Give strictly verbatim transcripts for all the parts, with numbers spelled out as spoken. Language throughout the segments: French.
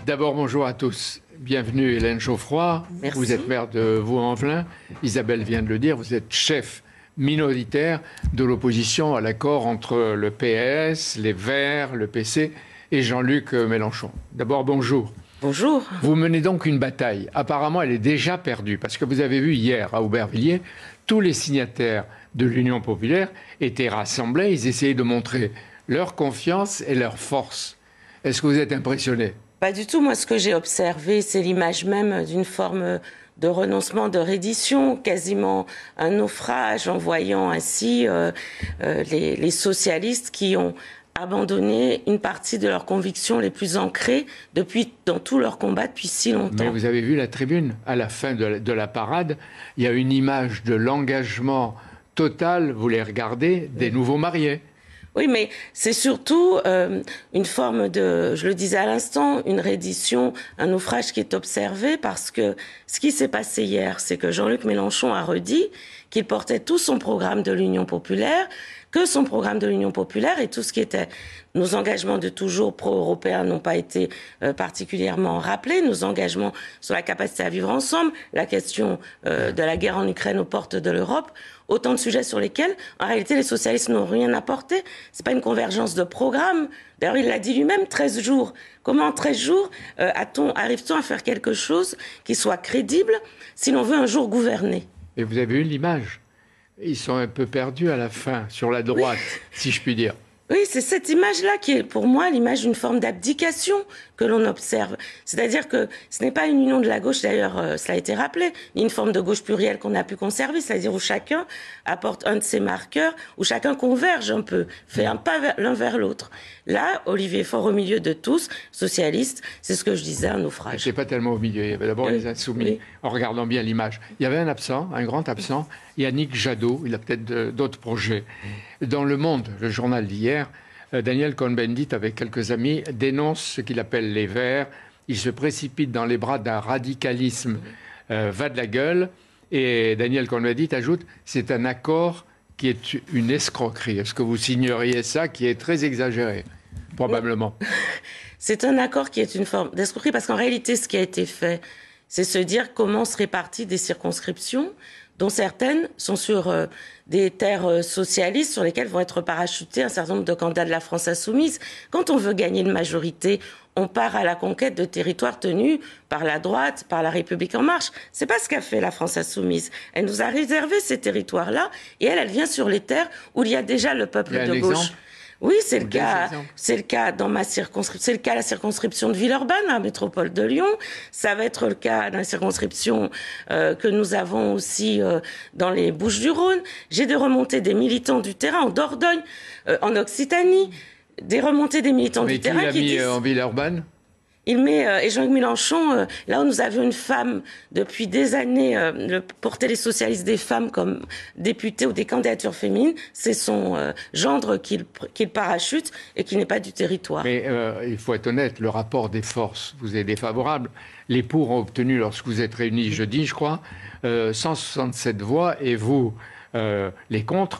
D'abord, bonjour à tous. Bienvenue Hélène Geoffroy. Merci. Vous êtes maire de Vaux-en-Velin. Isabelle vient de le dire, vous êtes chef minoritaire de l'opposition à l'accord entre le P S, les Verts, le P C et Jean-Luc Mélenchon. D'abord, bonjour. Bonjour. Vous menez donc une bataille. Apparemment, elle est déjà perdue parce que vous avez vu hier à Aubervilliers, tous les signataires de l'Union populaire étaient rassemblés. Ils essayaient de montrer leur confiance et leur force. Est-ce que vous êtes impressionné ? Pas du tout. Moi, ce que j'ai observé, c'est l'image même d'une forme de renoncement, de reddition, quasiment un naufrage, en voyant ainsi euh, euh, les, les socialistes qui ont abandonné une partie de leurs convictions les plus ancrées depuis, dans tout leur combat depuis si longtemps. Mais vous avez vu la tribune, à la fin de la, de la parade, il y a une image de l'engagement total, vous les regardez, des nouveaux mariés. Oui, mais c'est surtout euh, une forme de, je le disais à l'instant, une reddition, un naufrage qui est observé parce que ce qui s'est passé hier, c'est que Jean-Luc Mélenchon a redit qu'il portait tout son programme de l'Union populaire, que son programme de l'Union populaire et tout ce qui était nos engagements de toujours pro-européens n'ont pas été euh, particulièrement rappelés, nos engagements sur la capacité à vivre ensemble, la question euh, de la guerre en Ukraine aux portes de l'Europe, autant de sujets sur lesquels, en réalité, les socialistes n'ont rien apporté. C'est pas une convergence de programme. D'ailleurs, il l'a dit lui-même, treize jours. Comment en treize jours euh, a-t-on, arrive-t-on à faire quelque chose qui soit crédible si l'on veut un jour gouverner? Et vous avez eu l'image. Ils sont un peu perdus à la fin, sur la droite, oui. si je puis dire. Oui, c'est cette image-là qui est, pour moi, l'image d'une forme d'abdication que l'on observe. C'est-à-dire que ce n'est pas une union de la gauche, d'ailleurs, euh, cela a été rappelé, ni une forme de gauche plurielle qu'on a pu conserver, c'est-à-dire où chacun apporte un de ses marqueurs, où chacun converge un peu, fait un pas l'un vers l'autre. Là, Olivier Faure au milieu de tous, socialiste, c'est ce que je disais, un naufrage. C'est pas tellement au milieu, il y avait d'abord oui. les insoumis, oui. en regardant bien l'image. Il y avait un absent, un grand absent, Yannick Jadot, il a peut-être d'autres projets. Dans Le Monde, le journal d'hier, Daniel Cohn-Bendit, avec quelques amis, dénonce ce qu'il appelle les Verts. Il se précipite dans les bras d'un radicalisme euh, va de la gueule. Et Daniel Cohn-Bendit ajoute, c'est un accord qui est une escroquerie. Est-ce que vous signeriez ça, qui est très exagéré, probablement? C'est un accord qui est une forme d'escroquerie, parce qu'en réalité, ce qui a été fait, c'est se dire comment se répartit des circonscriptions, dont certaines sont sur euh, des terres euh, socialistes sur lesquelles vont être parachutés un certain nombre de candidats de la France insoumise. Quand on veut gagner une majorité, on part à la conquête de territoires tenus par la droite, par la République en marche. C'est pas ce qu'a fait la France insoumise. Elle nous a réservé ces territoires-là et elle, elle vient sur les terres où il y a déjà le peuple de gauche. Exemple. Oui, c'est le cas. C'est le cas dans ma circonscription. C'est le cas à la circonscription de Villeurbanne, la métropole de Lyon. Ça va être le cas dans la circonscription euh, que nous avons aussi euh, dans les Bouches-du-Rhône. J'ai des remontées des militants du terrain en Dordogne, euh, en Occitanie, des remontées des militants Mais du terrain qui l'a qui mis disent... en Villeurbanne? Il met, euh, et Jean-Luc Mélenchon, euh, là où nous avions une femme depuis des années, euh, le, porter les socialistes des femmes comme députées ou des candidatures féminines, c'est son euh, gendre qu'il qu'il parachute et qui n'est pas du territoire. Mais euh, il faut être honnête, le rapport des forces vous est défavorable. Les pour ont obtenu, lorsque vous êtes réunis jeudi, je crois, euh, cent soixante-sept voix et vous, euh, les contre,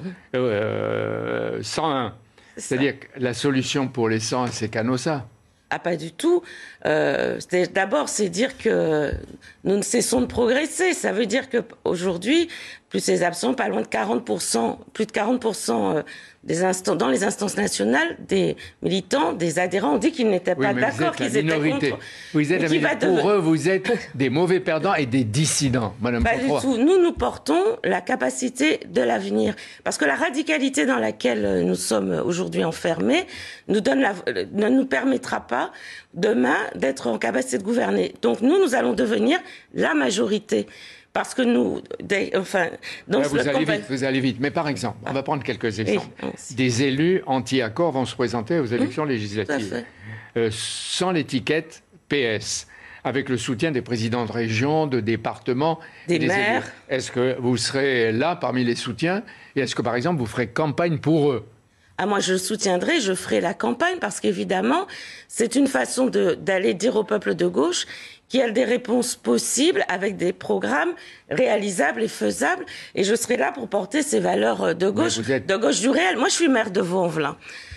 euh, cent un. C'est-à-dire que la solution pour les cent un, c'est Canossa. Ah, pas du tout. Euh, D'abord, c'est dire que nous ne cessons de progresser. Ça veut dire qu'aujourd'hui, plus ces absents, pas loin de quarante pour cent, plus de quarante pour cent des instants, dans les instances nationales, des militants, des adhérents ont dit qu'ils n'étaient oui, pas d'accord, qu'ils étaient contre. Vous êtes la minorité. Pour eux, vous êtes des mauvais perdants et des dissidents, Madame Pas Geoffroy. du tout. Nous, nous portons la capacité de l'avenir. Parce que la radicalité dans laquelle nous sommes aujourd'hui enfermés nous donne la, ne nous permettra pas demain d'être en capacité de gouverner. Donc nous, nous allons devenir la majorité. Parce que nous, des, enfin, dans ouais, vous allez vite, vous allez vite. Mais par exemple, on va prendre quelques exemples. Oui, des élus anti-accords vont se présenter aux élections mmh, législatives euh, sans l'étiquette P S, avec le soutien des présidents de région, de départements, des, des maires. Est-ce que vous serez là parmi les soutiens et est-ce que par exemple vous ferez campagne pour eux? Ah, moi, je soutiendrai, je ferai la campagne parce qu'évidemment, c'est une façon d'aller dire au peuple de gauche qu'il y a des réponses possibles avec des programmes réalisables et faisables. Et je serai là pour porter ces valeurs de gauche, êtes... de gauche du réel. Moi, je suis maire de Vaux-en-Velin.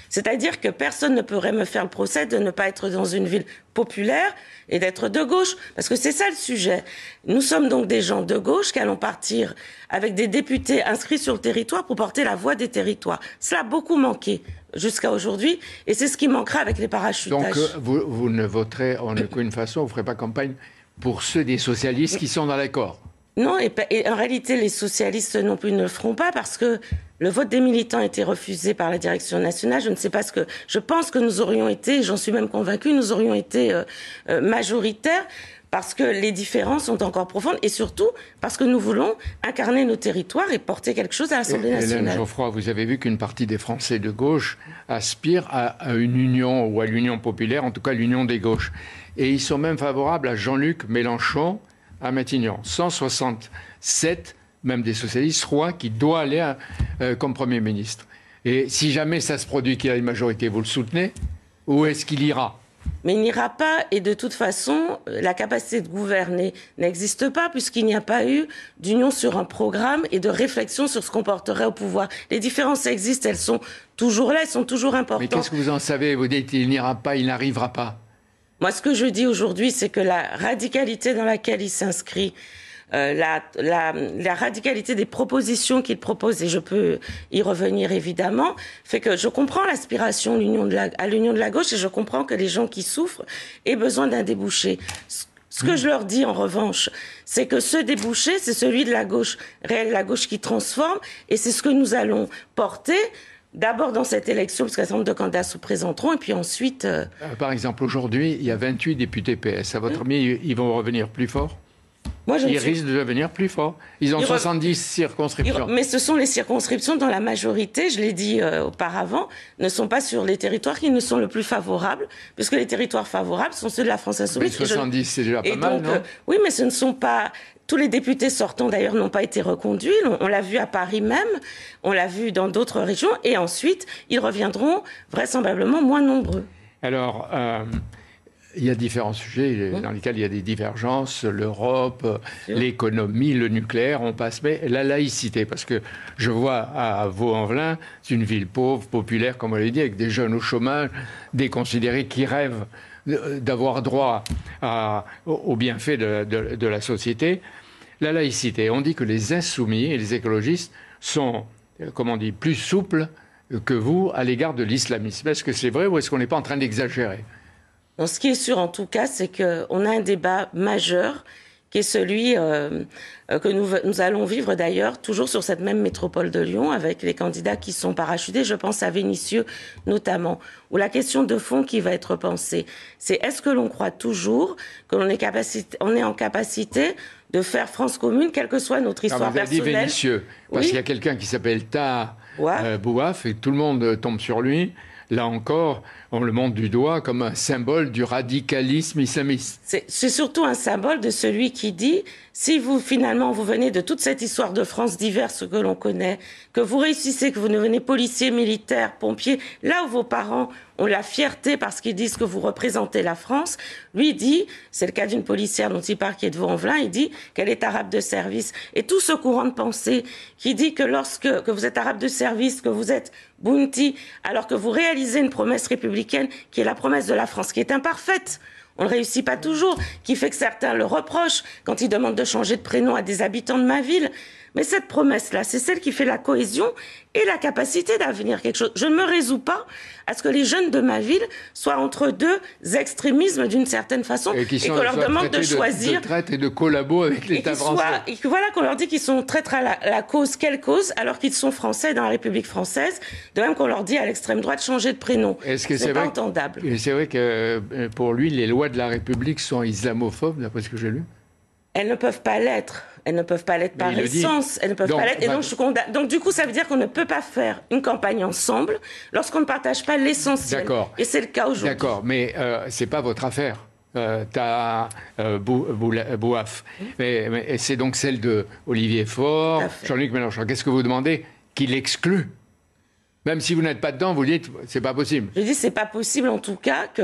C'est-à-dire que personne ne pourrait me faire le procès de ne pas être dans une ville populaire et d'être de gauche. Parce que c'est ça le sujet. Nous sommes donc des gens de gauche qui allons partir avec des députés inscrits sur le territoire pour porter la voix des territoires. Cela a beaucoup manqué jusqu'à aujourd'hui et c'est ce qui manquera avec les parachutages. Donc vous, vous ne voterez en aucune façon, vous ne ferez pas campagne pour ceux des socialistes qui sont dans l'accord? Non, et, et en réalité, les socialistes non plus ne le feront pas parce que le vote des militants a été refusé par la direction nationale. Je ne sais pas ce que... Je pense que nous aurions été, j'en suis même convaincue, nous aurions été euh, euh, majoritaires parce que les différences sont encore profondes et surtout parce que nous voulons incarner nos territoires et porter quelque chose à l'Assemblée nationale. Hélène Geoffroy, vous avez vu qu'une partie des Français de gauche aspire à, à une union ou à l'union populaire, en tout cas l'union des gauches. Et ils sont même favorables à Jean-Luc Mélenchon à Matignon. cent soixante-sept, même des socialistes, Roy, qui doit aller à, euh, comme Premier ministre. Et si jamais ça se produit qu'il a une majorité, vous le soutenez? Où est-ce qu'il ira? Mais il n'ira pas, et de toute façon, la capacité de gouverner n'existe pas, puisqu'il n'y a pas eu d'union sur un programme et de réflexion sur ce qu'on porterait au pouvoir. Les différences existent, elles sont toujours là, elles sont toujours importantes. Mais qu'est-ce que vous en savez? Vous dites qu'il n'ira pas, il n'arrivera pas. Moi, ce que je dis aujourd'hui, c'est que la radicalité dans laquelle il s'inscrit, euh, la, la, la radicalité des propositions qu'il propose, et je peux y revenir évidemment, fait que je comprends l'aspiration à l'union de la, à l'union de la gauche et je comprends que les gens qui souffrent aient besoin d'un débouché. Ce que je leur dis, en revanche, c'est que ce débouché, c'est celui de la gauche réelle, la gauche qui transforme, et c'est ce que nous allons porter. D'abord dans cette élection, parce qu'un certain nombre de candidats se présenteront, et puis ensuite... Euh... Par exemple, aujourd'hui, il y a vingt-huit députés P S. À votre avis, ils vont revenir plus forts? Moi, je Ils suis... risquent de devenir plus forts. Ils ont ils soixante-dix re... circonscriptions. Mais ce sont les circonscriptions dont la majorité, je l'ai dit euh, auparavant, ne sont pas sur les territoires qui nous sont le plus favorables, puisque les territoires favorables sont ceux de la France insoumise. Mais soixante-dix, je... c'est déjà pas et mal, donc, non euh, Oui, mais ce ne sont pas... Tous les députés sortants, d'ailleurs, n'ont pas été reconduits. On, on l'a vu à Paris même, on l'a vu dans d'autres régions. Et ensuite, ils reviendront vraisemblablement moins nombreux. Alors, euh, il y a différents sujets dans lesquels il y a des divergences. L'Europe, l'économie, le nucléaire, on passe. Mais la laïcité, parce que je vois à Vaux-en-Velin, c'est une ville pauvre, populaire, comme on l'a dit, avec des jeunes au chômage, des considérés qui rêvent d'avoir droit à, aux bienfaits de, de, de la société. La laïcité, on dit que les insoumis et les écologistes sont, comment on dit, plus souples que vous à l'égard de l'islamisme. Est-ce que c'est vrai ou est-ce qu'on n'est pas en train d'exagérer? Non, ce qui est sûr en tout cas, c'est qu'on a un débat majeur qui est celui euh, que nous, nous allons vivre d'ailleurs toujours sur cette même métropole de Lyon avec les candidats qui sont parachutés. Je pense à Vénissieux notamment, où la question de fond qui va être pensée, c'est est-ce que l'on croit toujours que l'on est, capacité, on est en capacité de faire France commune, quelle que soit notre histoire personnelle? Vous avez dit Vénissieux, parce oui. qu'il y a quelqu'un qui s'appelle Taha euh, Bouaf et tout le monde tombe sur lui. Là encore, on le montre du doigt comme un symbole du radicalisme islamiste. C'est surtout un symbole de celui qui dit, si vous, finalement, vous venez de toute cette histoire de France diverse que l'on connaît, que vous réussissez, que vous devenez policier, militaire, pompier, là où vos parents ont la fierté parce qu'ils disent que vous représentez la France, lui dit, c'est le cas d'une policière dont il parle qui est de Vaux-en-Velin, il dit qu'elle est arabe de service. Et tout ce courant de pensée qui dit que lorsque que vous êtes arabe de service, que vous êtes bounty, alors que vous réalisez une promesse républicaine qui est la promesse de la France, qui est imparfaite, on ne réussit pas toujours, qui fait que certains le reprochent quand ils demandent de changer de prénom à des habitants de ma ville. Mais cette promesse-là, c'est celle qui fait la cohésion et la capacité d'avenir quelque chose. Je ne me résous pas à ce que les jeunes de ma ville soient entre deux extrémismes d'une certaine façon et, et qu'on leur demande de choisir. De, de traite et de collabo avec l'État français. Et que voilà, qu'on leur dit qu'ils sont traîtres à la, la cause, quelle cause, alors qu'ils sont français dans la République française. De même qu'on leur dit à l'extrême droite changer de prénom. Est-ce que c'est pas vrai entendable. Et c'est vrai que pour lui, les lois de la République sont islamophobes, d'après ce que j'ai lu. Elles ne peuvent pas l'être. Elles ne peuvent pas l'être par essence. Elles ne peuvent donc, pas l'être. Et bah, donc, je condamne. Donc, du coup, ça veut dire qu'on ne peut pas faire une campagne ensemble lorsqu'on ne partage pas l'essentiel. D'accord. Et c'est le cas aujourd'hui. D'accord, mais euh, c'est pas votre affaire. Euh, Taha euh, Bouaf. Mmh. Mais, mais c'est donc celle de Olivier Faure, Jean-Luc Mélenchon. Qu'est-ce que vous demandez? Qu'il exclue? Même si vous n'êtes pas dedans, vous dites c'est pas possible. Je dis c'est pas possible en tout cas que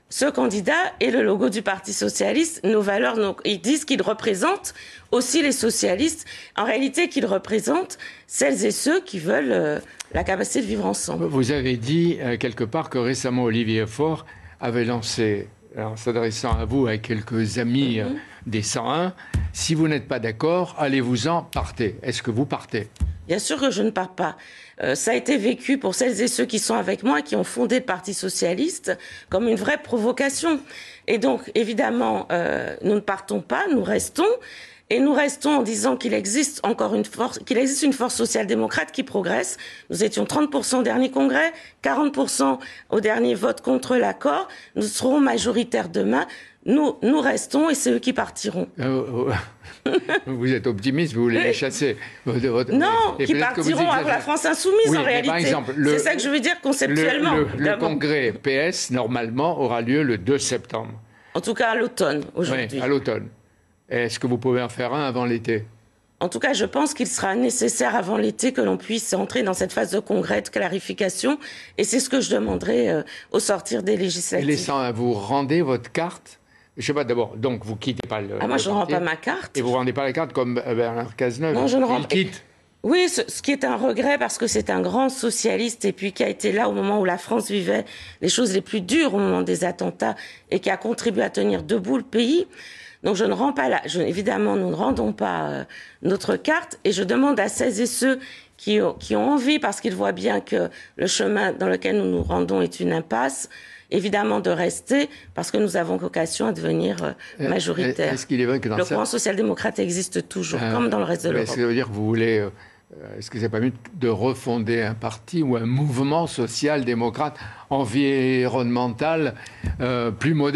ce candidat est le logo du Parti socialiste, nos valeurs, nos... ils disent qu'ils représentent aussi les socialistes, en réalité qu'ils représentent celles et ceux qui veulent euh, la capacité de vivre ensemble. Vous avez dit euh, quelque part que récemment Olivier Faure avait lancé, en s'adressant à vous avec quelques amis mm-hmm. euh, des cent un, si vous n'êtes pas d'accord, allez-vous-en, partez. Est-ce que vous partez ? Bien sûr que je ne pars pas. Euh, ça a été vécu pour celles et ceux qui sont avec moi, qui ont fondé le Parti socialiste, comme une vraie provocation. Et donc, évidemment, euh, nous ne partons pas, nous restons. Et nous restons en disant qu'il existe encore une force, qu'il existe une force social-démocrate qui progresse. Nous étions trente pour cent au dernier congrès, quarante pour cent au dernier vote contre l'accord. Nous serons majoritaires demain. Nous, nous restons et c'est eux qui partiront. Euh, euh, vous êtes optimiste, vous voulez les chasser. Votre... Non, et qui partiront à la France insoumise oui, en réalité. Par exemple, c'est ça que je veux dire conceptuellement. Le, le, le congrès P S, normalement, aura lieu le deux septembre. En tout cas à l'automne, aujourd'hui. Oui, à l'automne. Est-ce que vous pouvez en faire un avant l'été ? En tout cas, je pense qu'il sera nécessaire avant l'été que l'on puisse entrer dans cette phase de congrès, de clarification. Et c'est ce que je demanderai euh, au sortir des législatives. Et les cent un, vous rendez votre carte ? Je ne sais pas, d'abord, donc vous ne quittez pas le... Ah, moi, je ne rends pas ma carte. Et vous ne rendez pas la carte comme Bernard Cazeneuve ? Non, je ne rends pas. Il quitte. Oui, ce, ce qui est un regret, parce que c'est un grand socialiste et puis qui a été là au moment où la France vivait les choses les plus dures au moment des attentats et qui a contribué à tenir debout le pays. Donc je ne rends pas là. Je, évidemment, nous ne rendons pas euh, notre carte et je demande à celles et ceux qui, qui ont envie, parce qu'ils voient bien que le chemin dans lequel nous nous rendons est une impasse, évidemment de rester, parce que nous avons vocation à devenir euh, majoritaires. Est-ce qu'il est vrai que dans le ça... courant social-démocrate existe toujours, euh, comme dans le reste de l'Europe. Est-ce que ça veut dire que vous voulez... Euh, est-ce que c'est pas mieux de refonder un parti ou un mouvement social-démocrate environnemental euh, plus moderne ?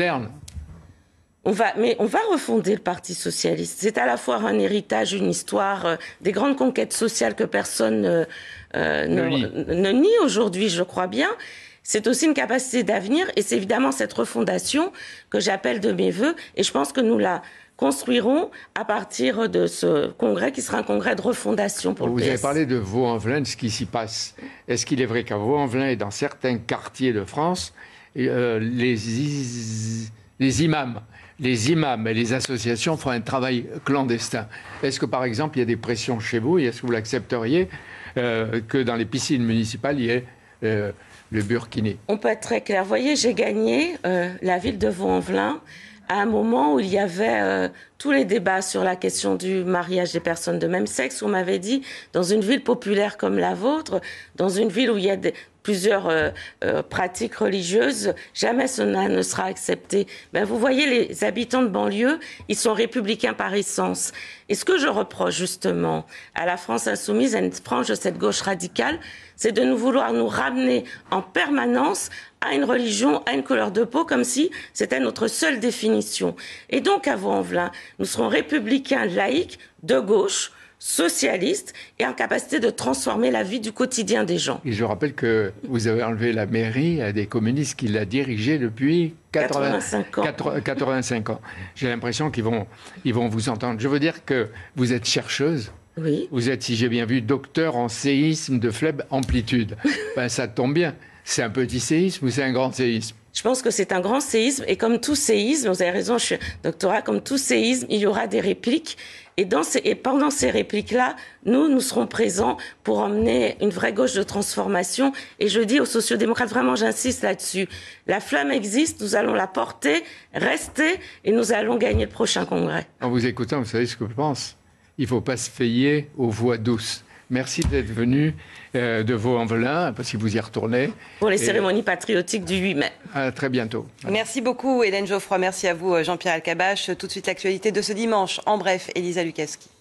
On va, mais on va refonder le Parti socialiste. C'est à la fois un héritage, une histoire, euh, des grandes conquêtes sociales que personne euh, euh, ne, ne, ne nie aujourd'hui, je crois bien. C'est aussi une capacité d'avenir et c'est évidemment cette refondation que j'appelle de mes voeux et je pense que nous la construirons à partir de ce congrès qui sera un congrès de refondation pour Vous le P S. Vous avez parlé de Vaux-en-Velin, de ce qui s'y passe. Est-ce qu'il est vrai qu'à Vaux-en-Velin et dans certains quartiers de France, euh, les, les imams les imams et les associations font un travail clandestin. Est-ce que, par exemple, il y a des pressions chez vous et est-ce que vous l'accepteriez euh, que dans les piscines municipales, il y ait euh, le burkini? On peut être très clair. Vous voyez, j'ai gagné euh, la ville de Vaux-en-Velin à un moment où il y avait euh, tous les débats sur la question du mariage des personnes de même sexe. On m'avait dit, dans une ville populaire comme la vôtre, dans une ville où il y a des, plusieurs euh, euh, pratiques religieuses, jamais cela ne sera accepté. Ben, vous voyez, les habitants de banlieue, ils sont républicains par essence. Et ce que je reproche justement à la France insoumise, à une frange de cette gauche radicale, c'est de nous vouloir nous ramener en permanence à une religion, à une couleur de peau, comme si c'était notre seule définition. Et donc, à Vaux-en-Velin, nous serons républicains, laïcs, de gauche, socialistes et en capacité de transformer la vie du quotidien des gens. Et je rappelle que vous avez enlevé la mairie à des communistes qui la dirigeaient depuis quatre-vingt-cinq ans. quatre-vingt-cinq ans. J'ai l'impression qu'ils vont, ils vont vous entendre. Je veux dire que vous êtes chercheuse. Oui. Vous êtes, si j'ai bien vu, docteur en séisme de faible amplitude. Ben, ça tombe bien. C'est un petit séisme ou c'est un grand séisme? Je pense que c'est un grand séisme et comme tout séisme, vous avez raison, je suis doctorat, comme tout séisme, il y aura des répliques. Et, dans ces, et pendant ces répliques-là, nous, nous serons présents pour emmener une vraie gauche de transformation. Et je dis aux sociodémocrates, vraiment j'insiste là-dessus, la flamme existe, nous allons la porter, rester et nous allons gagner le prochain congrès. En vous écoutant, vous savez ce que je pense? Il ne faut pas se fier aux voix douces. Merci d'être venu euh, de Vaux-en-Velin, parce que vous y retournez. Pour les et... cérémonies patriotiques du huit mai. À très bientôt. Voilà. Merci beaucoup Hélène Geoffroy, merci à vous Jean-Pierre Elkabbach. Tout de suite l'actualité de ce dimanche. En bref, Elisa Lukaski.